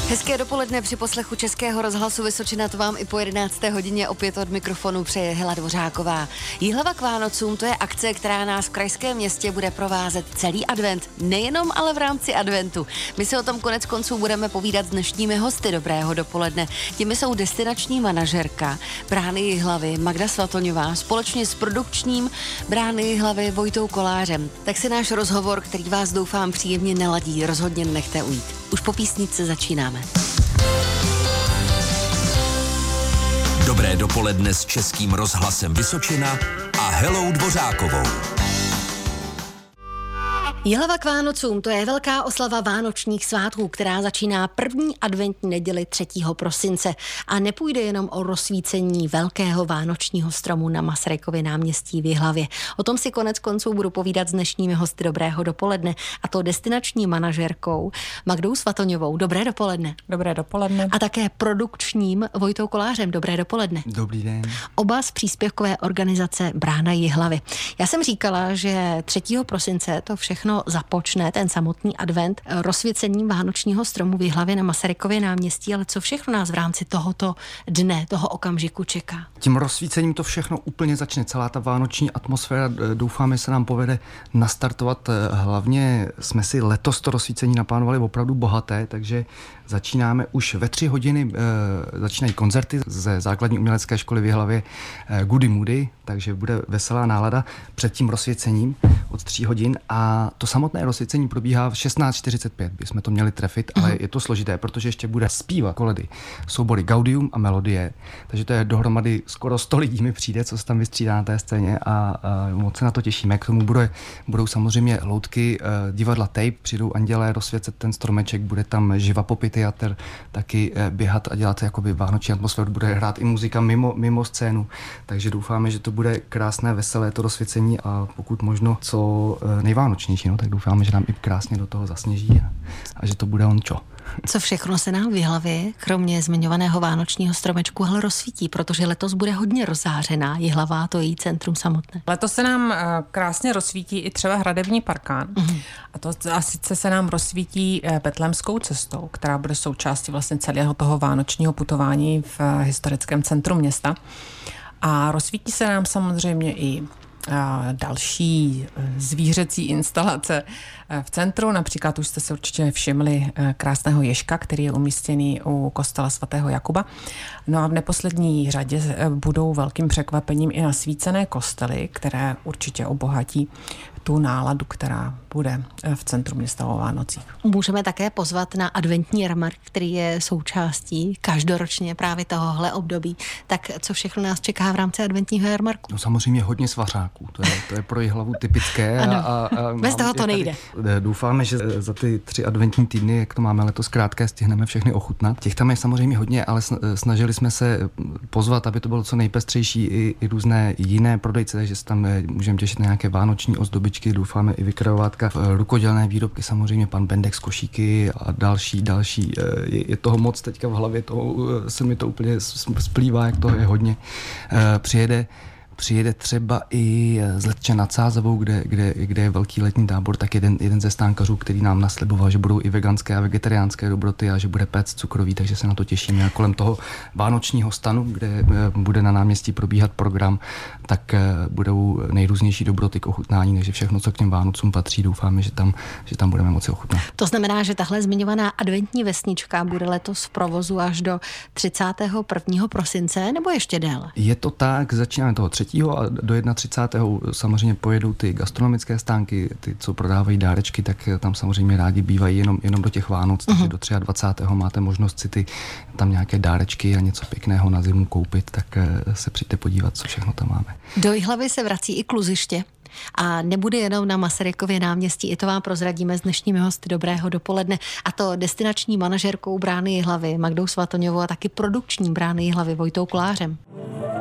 Hezké dopoledne při poslechu Českého rozhlasu Vysočina, to vám i po 11. hodině opět od mikrofonu přeje Hela Dvořáková. Jíhlava k Vánocům, to je akce, která nás v krajském městě bude provázet celý advent, nejenom ale v rámci adventu. My si o tom konec konců budeme povídat s dnešními hosty Dobrého dopoledne. Těmi jsou destinační manažerka Brány Jihlavy Magda Svatoňová společně s produkčním Brány Jihlavy Vojtou Kolářem. Tak si náš rozhovor, který vás doufám příjemně naladí, rozhodně nechte ujít. Už po písničce začínáme. Dobré dopoledne s Českým rozhlasem Vysočina a Helou Dvořákovou. Jíhlava k Vánocům, to je velká oslava vánočních svátků, která začíná první adventní neděli 3. prosince. A nepůjde jenom o rozsvícení velkého vánočního stromu na Masarykově náměstí v Jihlavě. O tom si konec konců budu povídat s dnešními hosty Dobrého dopoledne, a to destinační manažerkou Magdou Svatoňovou. Dobré dopoledne. Dobré dopoledne. A také produkčním Vojtou Kolářem. Dobré dopoledne. Dobrý den. Oba z příspěvkové organizace Brána Jihlavy. Já jsem říkala, že 3. prosince to všechno započne, ten samotný advent, rozsvícením vánočního stromu v Jihlavě na Masarykově náměstí, ale co všechno nás v rámci tohoto dne, toho okamžiku čeká? Tím rozsvícením to všechno úplně začne, celá ta vánoční atmosféra, doufáme, se nám povede nastartovat. Hlavně jsme si letos to rozsvícení naplánovali opravdu bohaté, takže začínáme už ve 3 hodiny, začínají koncerty ze základní umělecké školy v Jihlavě Goody Moody, takže bude veselá nálada před tím rozsvícením od 3 hodin a to samotné rozsvícení probíhá v 16:45, bychom to měli trefit, ale je to složité, protože ještě bude zpívat koledy soubory Gaudium a Melodie, takže to je dohromady skoro 100 lidí mi přijde, co se tam vystřídá na té scéně a moc se na to těšíme. K tomu budou samozřejmě loutky divadla Tape, přijdou andělé rozsvěcet ten stromeček, bude tam Živa Popy teatr taky běhat a dělat jakoby vánoční atmosféru, bude hrát i muzika mimo scénu, takže doufáme, že to bude krásné, veselé to rozsvícení a pokud možno co nejvánočnější, no, tak doufáme, že nám i krásně do toho zasněží a že to bude on čo. Co všechno se nám v Jihlavě, kromě zmiňovaného vánočního stromečku, ale rozsvítí, protože letos bude hodně rozzářená Jihlava, to její centrum samotné. Letos se nám krásně rozsvítí i třeba hradební parkán. A sice se nám rozsvítí Betlémskou cestou, která bude součástí vlastně celého toho vánočního putování v historickém centru města. A rozsvítí se nám samozřejmě i další zvířecí instalace v centru. Například už jste si určitě všimli krásného ježka, který je umístěný u kostela svatého Jakuba. No a v neposlední řadě budou velkým překvapením i nasvícené kostely, které určitě obohatí tu náladu, která bude v centru města o Vánocích. Můžeme také pozvat na adventní jarmark, který je součástí každoročně právě tohohle období. Tak co všechno nás čeká v rámci adventního jarmarku? No samozřejmě hodně svařáků, to je pro Jihlavu typické. A bez toho to nejde. Doufáme, že za ty 3 adventní týdny, jak to máme letos krátké, stihneme všechny ochutnat. Těch tam je samozřejmě hodně, ale snažili jsme se pozvat, aby to bylo co nejpestřejší i různé jiné prodejce, takže se tam můžeme těšit na nějaké vánoční ozdobičky, doufáme i vykrajovátka, rukodělné výrobky, samozřejmě pan Bendek z košíky a další. Je toho moc teďka v hlavě, se mi to úplně splývá, jak toho je hodně. Přijede třeba i z Letče nad Sázavou, kde je velký letní tábor, tak jeden ze stánkařů, který nám nasliboval, že budou i veganské a vegetariánské dobroty a že bude péct cukroví, takže se na to těšíme. A kolem toho vánočního stanu, kde bude na náměstí probíhat program, tak budou nejrůznější dobroty k ochutnání, takže všechno, co k těm Vánocům patří, doufáme, že tam budeme moci ochutnat. To znamená, že tahle zmiňovaná adventní vesnička bude letos v provozu až do 31. prosince, nebo ještě déle? Je to tak, začínáme toho 3. a do 31. samozřejmě pojedou ty gastronomické stánky, ty, co prodávají dárečky, tak tam samozřejmě rádi bývají jenom do těch Vánoc, takže do 23. máte možnost si tam nějaké dárečky a něco pěkného na zimu koupit, tak se přijďte podívat, co všechno tam máme. Do Jihlavy se vrací i kluziště. A nebude jenom na Masarykově náměstí, i to vám prozradíme s dnešními hosty Dobrého dopoledne, a to destinační manažerkou Brány Jihlavy Magdou Svatoňovou a taky produkčním Brány Jihlavy Vojtou Kolářem.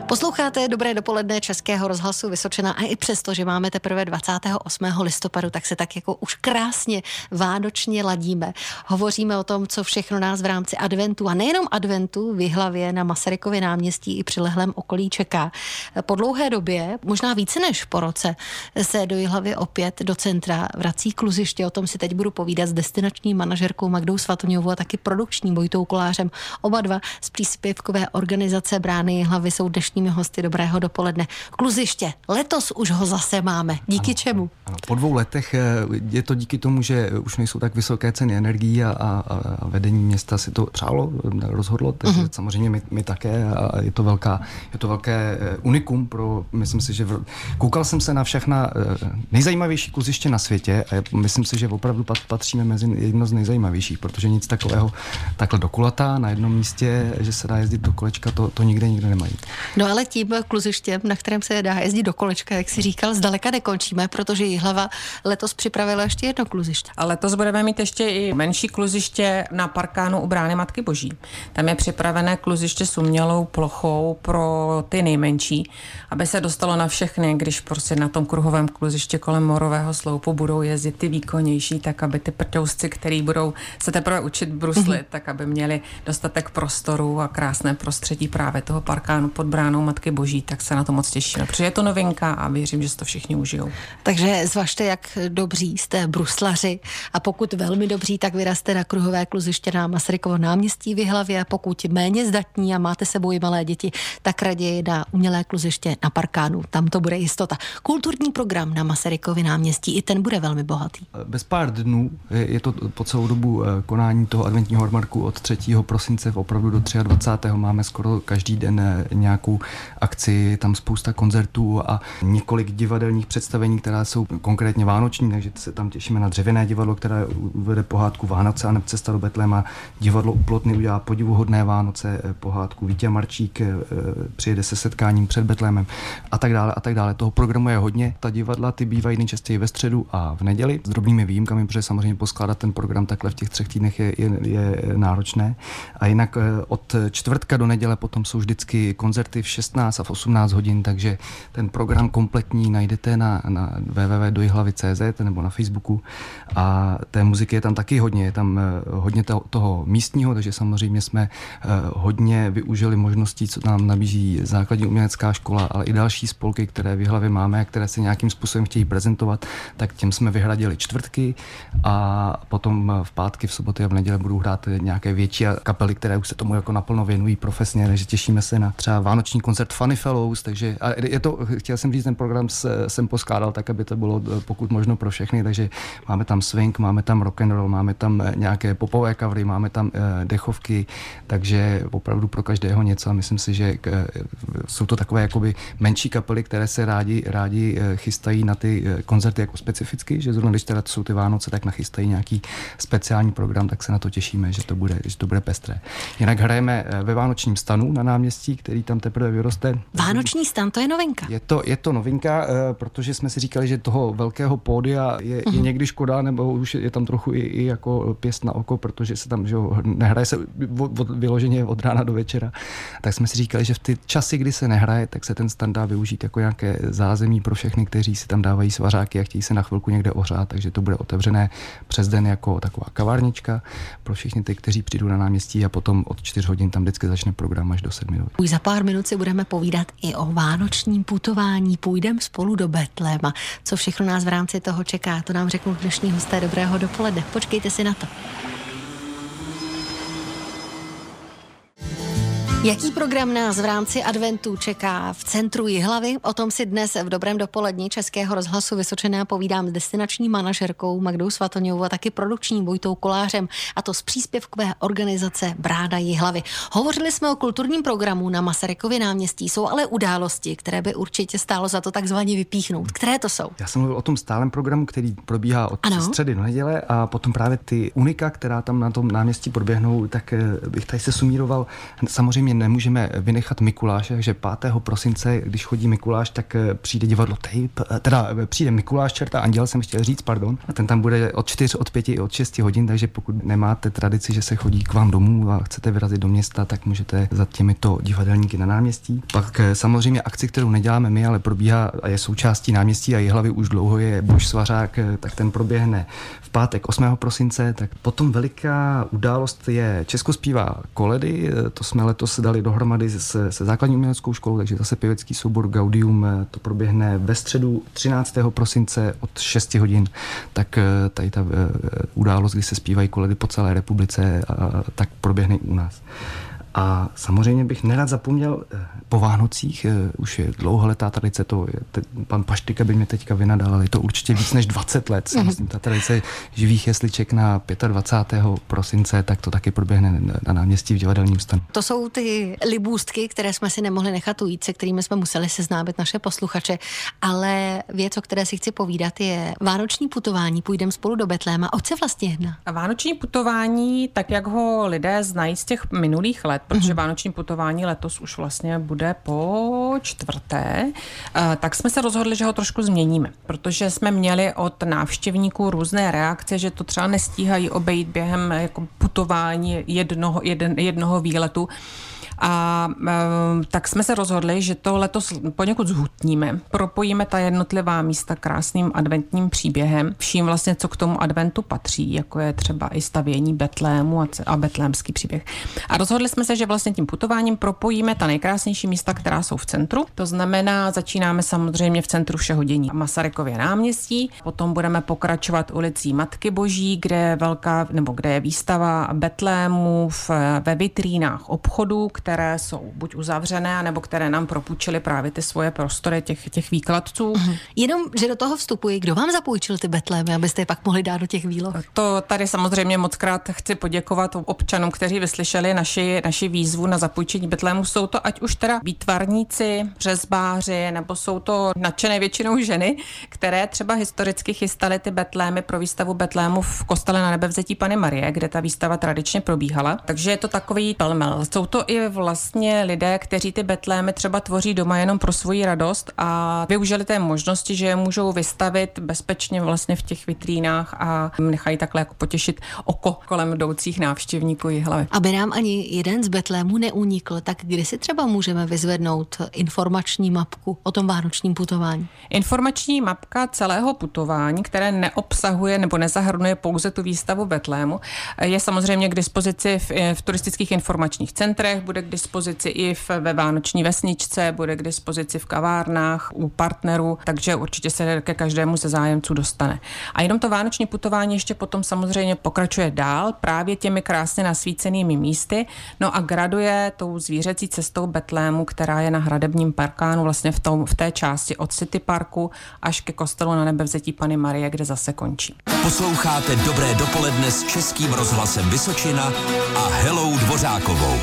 Posloucháte Dobré dopoledne Českého rozhlasu Vysočina a i přesto, že máme teprve 28. listopadu, tak se tak jako už krásně vánočně ladíme. Hovoříme o tom, co všechno nás v rámci adventu a nejenom adventu v Jihlavě na Masarykově náměstí i přilehlém okolí čeká. Po dlouhé době, možná více než po roce, se do Jihlavy opět do centra vrací kluziště. O tom si teď budu povídat s destinační manažerkou Magdou Svatoniovou a taky produkčním Vojtou Kolářem. Oba dva z příspěvkové organizace Brány Jihlavy jsou dnešními hosty Dobrého dopoledne. Kluziště, letos už ho zase máme. Díky čemu? Ano, po 2 letech je to díky tomu, že už nejsou tak vysoké ceny energií a vedení města si to přálo, rozhodlo, takže samozřejmě my také a je to velké unikum myslím si, že koukal jsem se na všechna nejzajímavější kluziště na světě a myslím si, že opravdu patříme mezi jedno z nejzajímavějších, protože nic takového takhle do kulata na jednom místě, že se dá jezdit do kolečka, to nikde nemají. No ale tím kluzištěm, na kterém se dá jezdit do kolečka, jak si říkal, zdaleka nekončíme, protože Jihlava letos připravila ještě jedno kluziště. A letos budeme mít ještě i menší kluziště na parkánu u Brány Matky Boží. Tam je připravené kluziště s umělou plochou pro ty nejmenší, aby se dostalo na všechny, když prostě na tom kruhovém kluziště kolem Morového sloupu budou jezdit ty výkonnější, tak aby ty prťousci, který budou se teprve učit bruslit, tak aby měli dostatek prostoru a krásné prostředí právě toho parkánu pod Bránou Matky Boží, tak se na to moc těšíme, protože je to novinka a věřím, že si to všichni užijou. Takže zvažte, jak dobří jste bruslaři a pokud velmi dobří, tak vyrazte na kruhové kluziště na Masarykovo náměstí v Jihlavě a pokud méně zdatní a máte sebou i malé děti, tak raději na umělé kluziště na parkánu. Tam to bude jistota. Kulturní program na Masarykově náměstí, i ten bude velmi bohatý. Bez pár dnů je to po celou dobu konání toho adventního jarmarku od 3. prosince opravdu do 23. máme skoro každý den nějakou akci, tam spousta koncertů a několik divadelních představení, která jsou konkrétně vánoční, takže se tam těšíme na Dřevěné divadlo, které uvede pohádku Vánoce a neb Cesta do Betléma. Divadlo u Plotny udělá Podivuhodné Vánoce, pohádku Vítě Marčík přijede se setkáním před Betlémem a tak dále a tak dále. Toho programu je hodně. Ta divadla ty bývají nejčastěji ve středu a v neděli s drobnými výjimkami, protože samozřejmě poskládat ten program takhle v těch 3 týdnech je náročné. A jinak od čtvrtka do neděle potom jsou vždycky koncerty v 16 a v 18 hodin, takže ten program kompletní najdete na www.dojihlavy.cz nebo na Facebooku a té muziky je tam taky hodně, je tam hodně toho místního, takže samozřejmě jsme hodně využili možností, co nám nabízí základní umělecká škola, ale i další spolky, které v Jihlavě máme a které se nějakým způsobem chtějí prezentovat, tak těm jsme vyhradili čtvrtky a potom v pátky, v soboty a v neděli budou hrát nějaké větší kapely, které už se tomu jako naplno věnují profesně, takže těšíme se na třeba vánoční koncert Funny Fellows, takže a je to, chtěl jsem říct, ten program jsem poskládal tak, aby to bylo pokud možno pro všechny, takže máme tam swing, máme tam rock and roll, máme tam nějaké popové covery, máme tam dechovky, takže opravdu pro každého něco a myslím si, že jsou to takové jakoby menší kapely, které se rádi chystají na ty koncerty jako specificky, že zrovna když teda jsou ty Vánoce, tak nachystají nějaký speciální program, tak se na to těšíme, že to bude pestré. Jinak hrajeme ve Vánočním stanu na náměstí, který tam teprve vyroste. Vánoční stan, to je novinka. Je to novinka, protože jsme si říkali, že toho velkého pódia je někdy škoda, nebo už je tam trochu i jako pěst na oko, protože se tam, že nehraje se vyloženě od rána do večera. Tak jsme si říkali, že v ty časy, kdy se nehraje, tak se ten stan dá využít jako nějaké zázemí pro všechny, kteří si tam dávají svařáky a chtějí se na chvilku někde ohřát, takže to bude otevřené přes den jako taková kavárnička pro všechny ty, kteří přijdou na náměstí a potom od 4 hodin tam vždycky začne program až do 7 hodin. Už za pár minut si budeme povídat i o vánočním putování. Půjdeme spolu do Betléma. Co všechno nás v rámci toho čeká, to nám řeknou dnešní hosté Dobrého dopoledne. Počkejte si na to. Jaký program nás v rámci adventu čeká v centru Jihlavy? O tom si dnes v Dobrém dopoledni Českého rozhlasu Vysočina povídám s destinační manažerkou Magdou Svatoniovou a taky produkčním Vojtou Kolářem, a to z příspěvkové organizace Brána Jihlavy. Hovořili jsme o kulturním programu na Masarykově náměstí, jsou ale události, které by určitě stálo za to takzvaně vypíchnout. Které to jsou? Já jsem mluvil o tom stálem programu, který probíhá od středy do neděle a potom právě ty unika, která tam na tom náměstí proběhnou, tak bych tady se sumíroval samozřejmě samozřejmě nemůžeme vynechat Mikuláše, takže 5. prosince, když chodí Mikuláš, tak přijde divadlo Tape, teda přijde Mikuláš, čert a anděl, jsem chtěl říct, pardon, a ten tam bude od 4, od 5 i od 6 hodin, takže pokud nemáte tradici, že se chodí k vám domů a chcete vyrazit do města, tak můžete za těmito divadelníky na náměstí. Pak samozřejmě akci, kterou neděláme my, ale probíhá a je součástí náměstí a Jihlavy už dlouho, je Bož Svařák, tak ten proběhne v pátek 8. prosince. Tak potom veliká událost je Česko zpívá koledy, to jsme letos dali dohromady se základní uměleckou školou, takže zase pěvecký soubor Gaudium, to proběhne ve středu 13. prosince od 6 hodin, tak tady ta událost, kdy se zpívají koledy po celé republice, tak proběhne i u nás. A samozřejmě bych nerad zapomněl po Vánocích, už je dlouholetá tradice, pan Paštyka by mě teďka vynadal, ale je to určitě víc než 20 let. Myslím, ta tradice živých jesliček na 25. prosince, tak to taky proběhne na náměstí v divadelním stanu. To jsou ty libůstky, které jsme si nemohli nechat ujít, se kterými jsme museli seznámit naše posluchače, ale věc, o které si chci povídat, je vánoční putování. Půjdeme spolu do Betléma. Oč se vlastně jedná? Vánoční putování, tak jak ho lidé znají z těch minulých let, protože vánoční putování letos už vlastně bude po 4., tak jsme se rozhodli, že ho trošku změníme, protože jsme měli od návštěvníků různé reakce, že to třeba nestíhají obejít během jako putování jednoho výletu. A tak jsme se rozhodli, že to letos poněkud zhutníme. Propojíme ta jednotlivá místa krásným adventním příběhem. Vším vlastně, co k tomu adventu patří, jako je třeba i stavění Betlému a betlémský příběh. A rozhodli jsme se, že vlastně tím putováním propojíme ta nejkrásnější místa, která jsou v centru. To znamená, začínáme samozřejmě v centru všeho dění Masarykově náměstí, potom budeme pokračovat ulicí Matky Boží, kde je výstava Betlému ve vitrínách obchodů, které jsou buď uzavřené, nebo které nám propůjčily právě ty svoje prostory těch výkladců. Jenom, že do toho vstupuji, kdo vám zapůjčil ty Betlémy, abyste je pak mohli dát do těch výloh? To tady samozřejmě mockrát chci poděkovat občanům, kteří vyslyšeli naši výzvu na zapůjčení Betlému. Jsou to ať už teda výtvarníci, řezbáři, nebo jsou to nadšené většinou ženy, které třeba historicky chystaly ty Betlémy pro výstavu Betlému v kostele Na Nebevzetí Panny Marie, kde ta výstava tradičně probíhala. Takže je to takový pelmel. Jsou to i vlastně lidé, kteří ty Betlémy třeba tvoří doma jenom pro svoji radost a využili té možnosti, že je můžou vystavit bezpečně vlastně v těch vitrínách a nechají takhle jako potěšit oko kolem jdoucích návštěvníků Jihlavy. Aby nám ani jeden z Betlémů neunikl, tak kdy si třeba můžeme vyzvednout informační mapku o tom vánočním putování? Informační mapka celého putování, které neobsahuje nebo nezahrnuje pouze tu výstavu Betlému, je samozřejmě k dispozici v turistických informačních centrech, bude k dispozici i ve vánoční vesničce, bude k dispozici v kavárnách, u partnerů, takže určitě se ke každému ze zájemců dostane. A jenom to vánoční putování ještě potom samozřejmě pokračuje dál právě těmi krásně nasvícenými místy, no a graduje tou zvířecí cestou Betlému, která je na hradebním parkánu, vlastně v té části od City Parku až ke kostelu Na Nebevzetí Panny Marie, kde zase končí. Posloucháte Dobré dopoledne s Českým rozhlasem Vysočina a Helou Dvořákovou.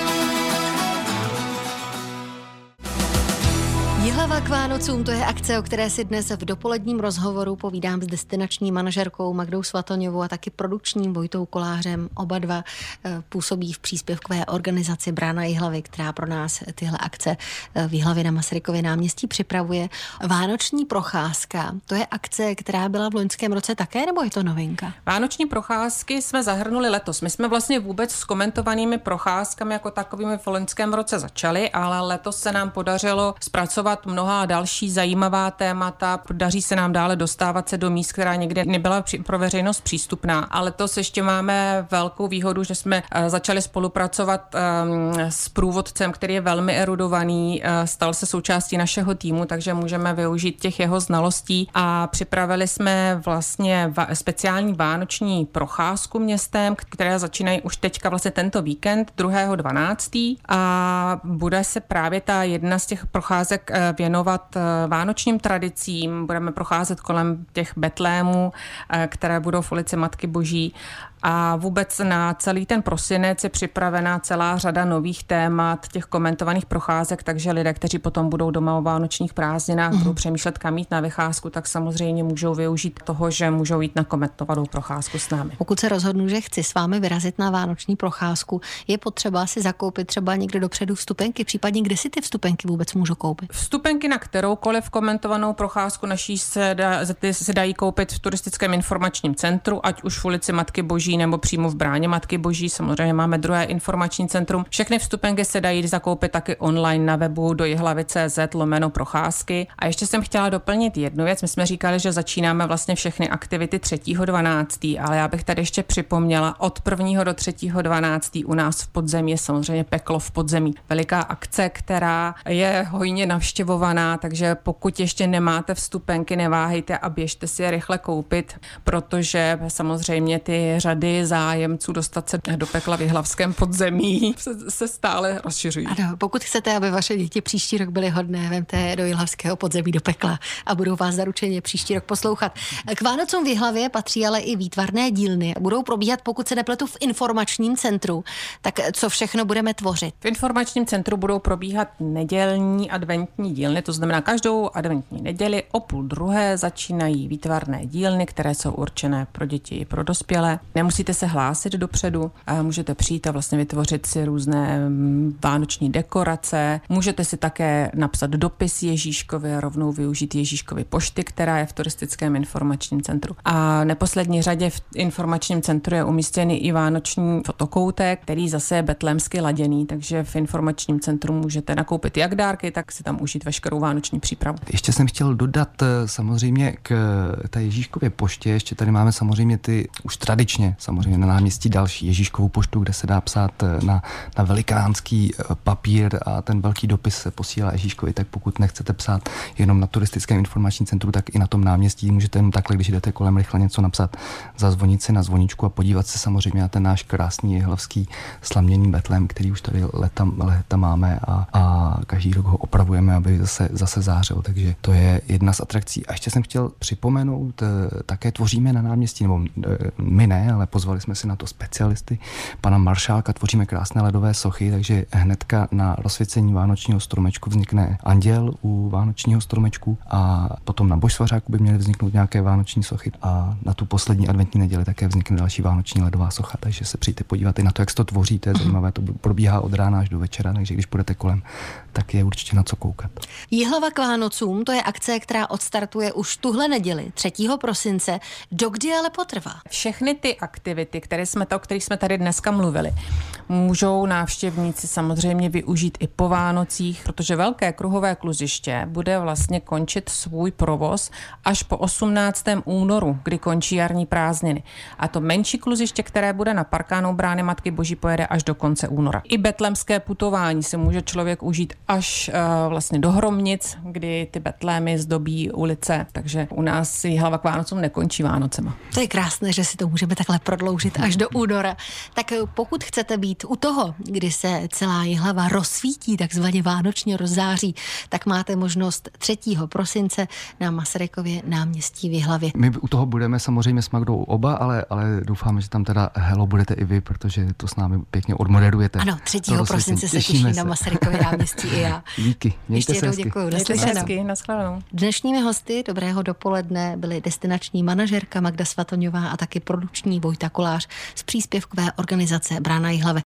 Jihlava k Vánocům, to je akce, o které si dnes v dopoledním rozhovoru povídám s destinační manažerkou Magdou Svatoňovou a taky produkčním Vojtou Kolářem. Oba dva působí v příspěvkové organizaci Brána Jihlavy, která pro nás tyhle akce v Jihlavě na Masarykově náměstí připravuje. Vánoční procházka, to je akce, která byla v loňském roce také, nebo je to novinka? Vánoční procházky jsme zahrnuli letos. My jsme vlastně vůbec s komentovanými procházkami jako takovými v loňském roce začali, ale letos se nám podařilo zpracovat mnoha další zajímavá témata. Daří se nám dále dostávat se do míst, která někde nebyla pro veřejnost přístupná. Ale letos ještě máme velkou výhodu, že jsme začali spolupracovat s průvodcem, který je velmi erudovaný, stal se součástí našeho týmu, takže můžeme využít těch jeho znalostí a připravili jsme vlastně speciální vánoční procházku městem, které začínají už teďka vlastně tento víkend 2.12. a bude se právě ta jedna z těch procházek věnovat vánočním tradicím. Budeme procházet kolem těch Betlémů, které budou v ulici Matky Boží A vůbec na celý ten prosinec je připravená celá řada nových témat, těch komentovaných procházek, takže lidé, kteří potom budou doma o vánočních prázdninách, budou přemýšlet, kam jít na vycházku, tak samozřejmě můžou využít toho, že můžou jít na komentovanou procházku s námi. Pokud se rozhodnu, že chci s vámi vyrazit na vánoční procházku, je potřeba si zakoupit třeba někde dopředu vstupenky, případně kde si ty vstupenky vůbec můžu koupit? Vstupenky na kteroukoliv komentovanou procházku naší se dají koupit v turistickém informačním centru, ať už v ulici Matky Boží nebo přímo v bráně Matky Boží. Samozřejmě máme druhé informační centrum. Všechny vstupenky se dají zakoupit taky online na webu do jihlavy.cz/procházky. A ještě jsem chtěla doplnit jednu věc. My jsme říkali, že začínáme vlastně všechny aktivity 3.12., ale já bych tady ještě připomněla, od 1. do 3.12. u nás v podzemí je samozřejmě Peklo v podzemí. Veliká akce, která je hojně navštěvovaná, takže pokud ještě nemáte vstupenky, neváhejte a běžte si je rychle koupit, protože samozřejmě ty řady zájemců dostat se do pekla v jihlavském podzemí se stále rozšiřují. Ano, pokud chcete, aby vaše děti příští rok byly hodné, vemte do jihlavského podzemí do pekla a budou vás zaručeně příští rok poslouchat. K Vánocům v Jihlavě patří ale i výtvarné dílny. Budou probíhat, pokud se nepletu, v informačním centru. Tak co všechno budeme tvořit? V informačním centru budou probíhat nedělní adventní dílny, to znamená každou adventní neděli o 12:30 začínají výtvarné dílny, které jsou určené pro děti i pro dospělé. Nemusíte se hlásit dopředu a můžete přijít a vlastně vytvořit si různé vánoční dekorace. Můžete si také napsat dopis Ježíškovi a rovnou využít Ježíškovy pošty, která je v turistickém informačním centru. A v neposlední řadě v informačním centru je umístěný i vánoční fotokoutek, který zase je betlémsky laděný, takže v informačním centru můžete nakoupit jak dárky, tak si tam užít veškerou vánoční přípravu. Ještě jsem chtěl dodat samozřejmě k té Ježíškově poště, ještě tady máme samozřejmě ty už tradičně samozřejmě na náměstí další Ježíškovou poštu, kde se dá psát na velikánský papír a ten velký dopis se posílá Ježíškovi, tak pokud nechcete psát jenom na turistickém informačním centru, tak i na tom náměstí můžete jenom takhle, když jdete kolem, rychle něco napsat, zazvonit si na zvoničku a podívat se samozřejmě na ten náš krásný jihlavský slaměný betlém, který už tady leta máme a každý rok ho opravujeme, aby zase zářil, takže to je jedna z atrakcí. A ještě jsem chtěl připomenout, také tvoříme na náměstí, nebo my ne, ale pozvali jsme si na to specialisty, pana Maršálka, tvoříme krásné ledové sochy, takže hnedka na rozsvěcení vánočního stromečku vznikne anděl u vánočního stromečku a potom na Božsvařáku by měly vzniknout nějaké vánoční sochy a na tu poslední adventní neděli také vznikne další vánoční ledová socha, takže se přijďte podívat i na to, jak se to tvoří, to je zajímavé, to probíhá od rána až do večera, takže když půjdete kolem, tak je určitě na co koukat. Jihlava k Vánocům, to je akce, která odstartuje už tuhle neděli, 3. prosince. Dokdy ale potrvá? Všechny ty aktivity, o kterých jsme tady dneska mluvili, můžou návštěvníci samozřejmě využít i po Vánocích, protože velké kruhové kluziště bude vlastně končit svůj provoz až po 18. únoru, kdy končí jarní prázdniny. A to menší kluziště, které bude na parkánu brány Matky Boží, pojede až do konce února. I betlémské putování si může člověk užít až vlastně do Hromnic, kdy ty betlémy zdobí ulice, takže u nás Jihlava k Vánocům nekončí Vánocema. To je krásné, že si to můžeme takhle prodloužit až do února. Tak pokud chcete být u toho, kdy se celá Jihlava rozsvítí, takzvaně vánočně rozzáří, tak máte možnost 3. prosince na Masarykově náměstí v Jihlavě. My u toho budeme samozřejmě s Magdou oba, ale doufáme, že tam teda budete i vy, protože to s námi pěkně odmoderujete. Ano, 3. prosince se těším na Masarykově náměstí i já. Díky, mějte se hezky. Děkuju, Naslyšenou. Dnešními hosty dobrého dopoledne byly destinační manažerka Magda Svatoňová a taky produkční Vojta Kolář z příspěvkové organizace Brána Jihlava.